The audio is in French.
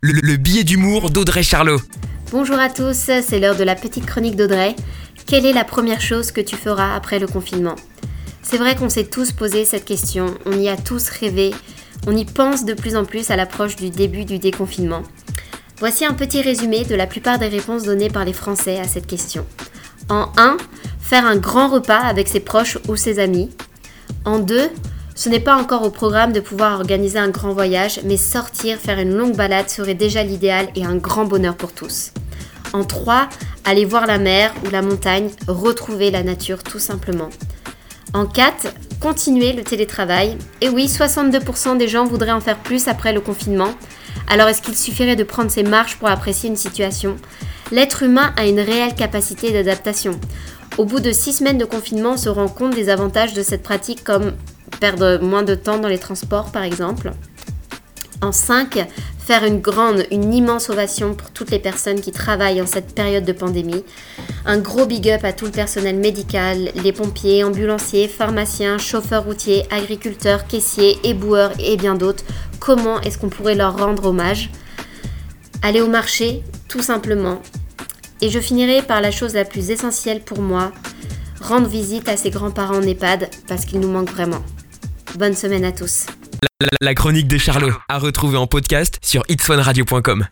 Le billet d'humour d'Audrey Charlot. Bonjour à tous, c'est l'heure de la petite chronique d'Audrey. Quelle est la première chose que tu feras après le confinement ? C'est vrai qu'on s'est tous posé cette question, on y a tous rêvé, on y pense de plus en plus à l'approche du début du déconfinement. Voici un petit résumé de la plupart des réponses données par les Français à cette question. En 1, faire un grand repas avec ses proches ou ses amis. En 2, ce n'est pas encore au programme de pouvoir organiser un grand voyage, mais sortir, faire une longue balade serait déjà l'idéal et un grand bonheur pour tous. En 3, aller voir la mer ou la montagne, retrouver la nature tout simplement. En 4, continuer le télétravail. Et oui, 62% des gens voudraient en faire plus après le confinement. Alors est-ce qu'il suffirait de prendre ses marches pour apprécier une situation ? L'être humain a une réelle capacité d'adaptation. Au bout de 6 semaines de confinement, on se rend compte des avantages de cette pratique comme perdre moins de temps dans les transports par exemple. En 5, faire une immense ovation pour toutes les personnes qui travaillent en cette période de pandémie. Un gros big up à tout le personnel médical, les pompiers, ambulanciers, pharmaciens, chauffeurs routiers, agriculteurs, caissiers, éboueurs et bien d'autres. Comment est-ce qu'on pourrait leur rendre hommage ? Aller au marché, tout simplement. Et je finirai par la chose la plus essentielle pour moi, rendre visite à ses grands-parents en EHPAD parce qu'ils nous manquent vraiment. Bonne semaine à tous. La chronique de Charlot, à retrouver en podcast sur itswanradio.com.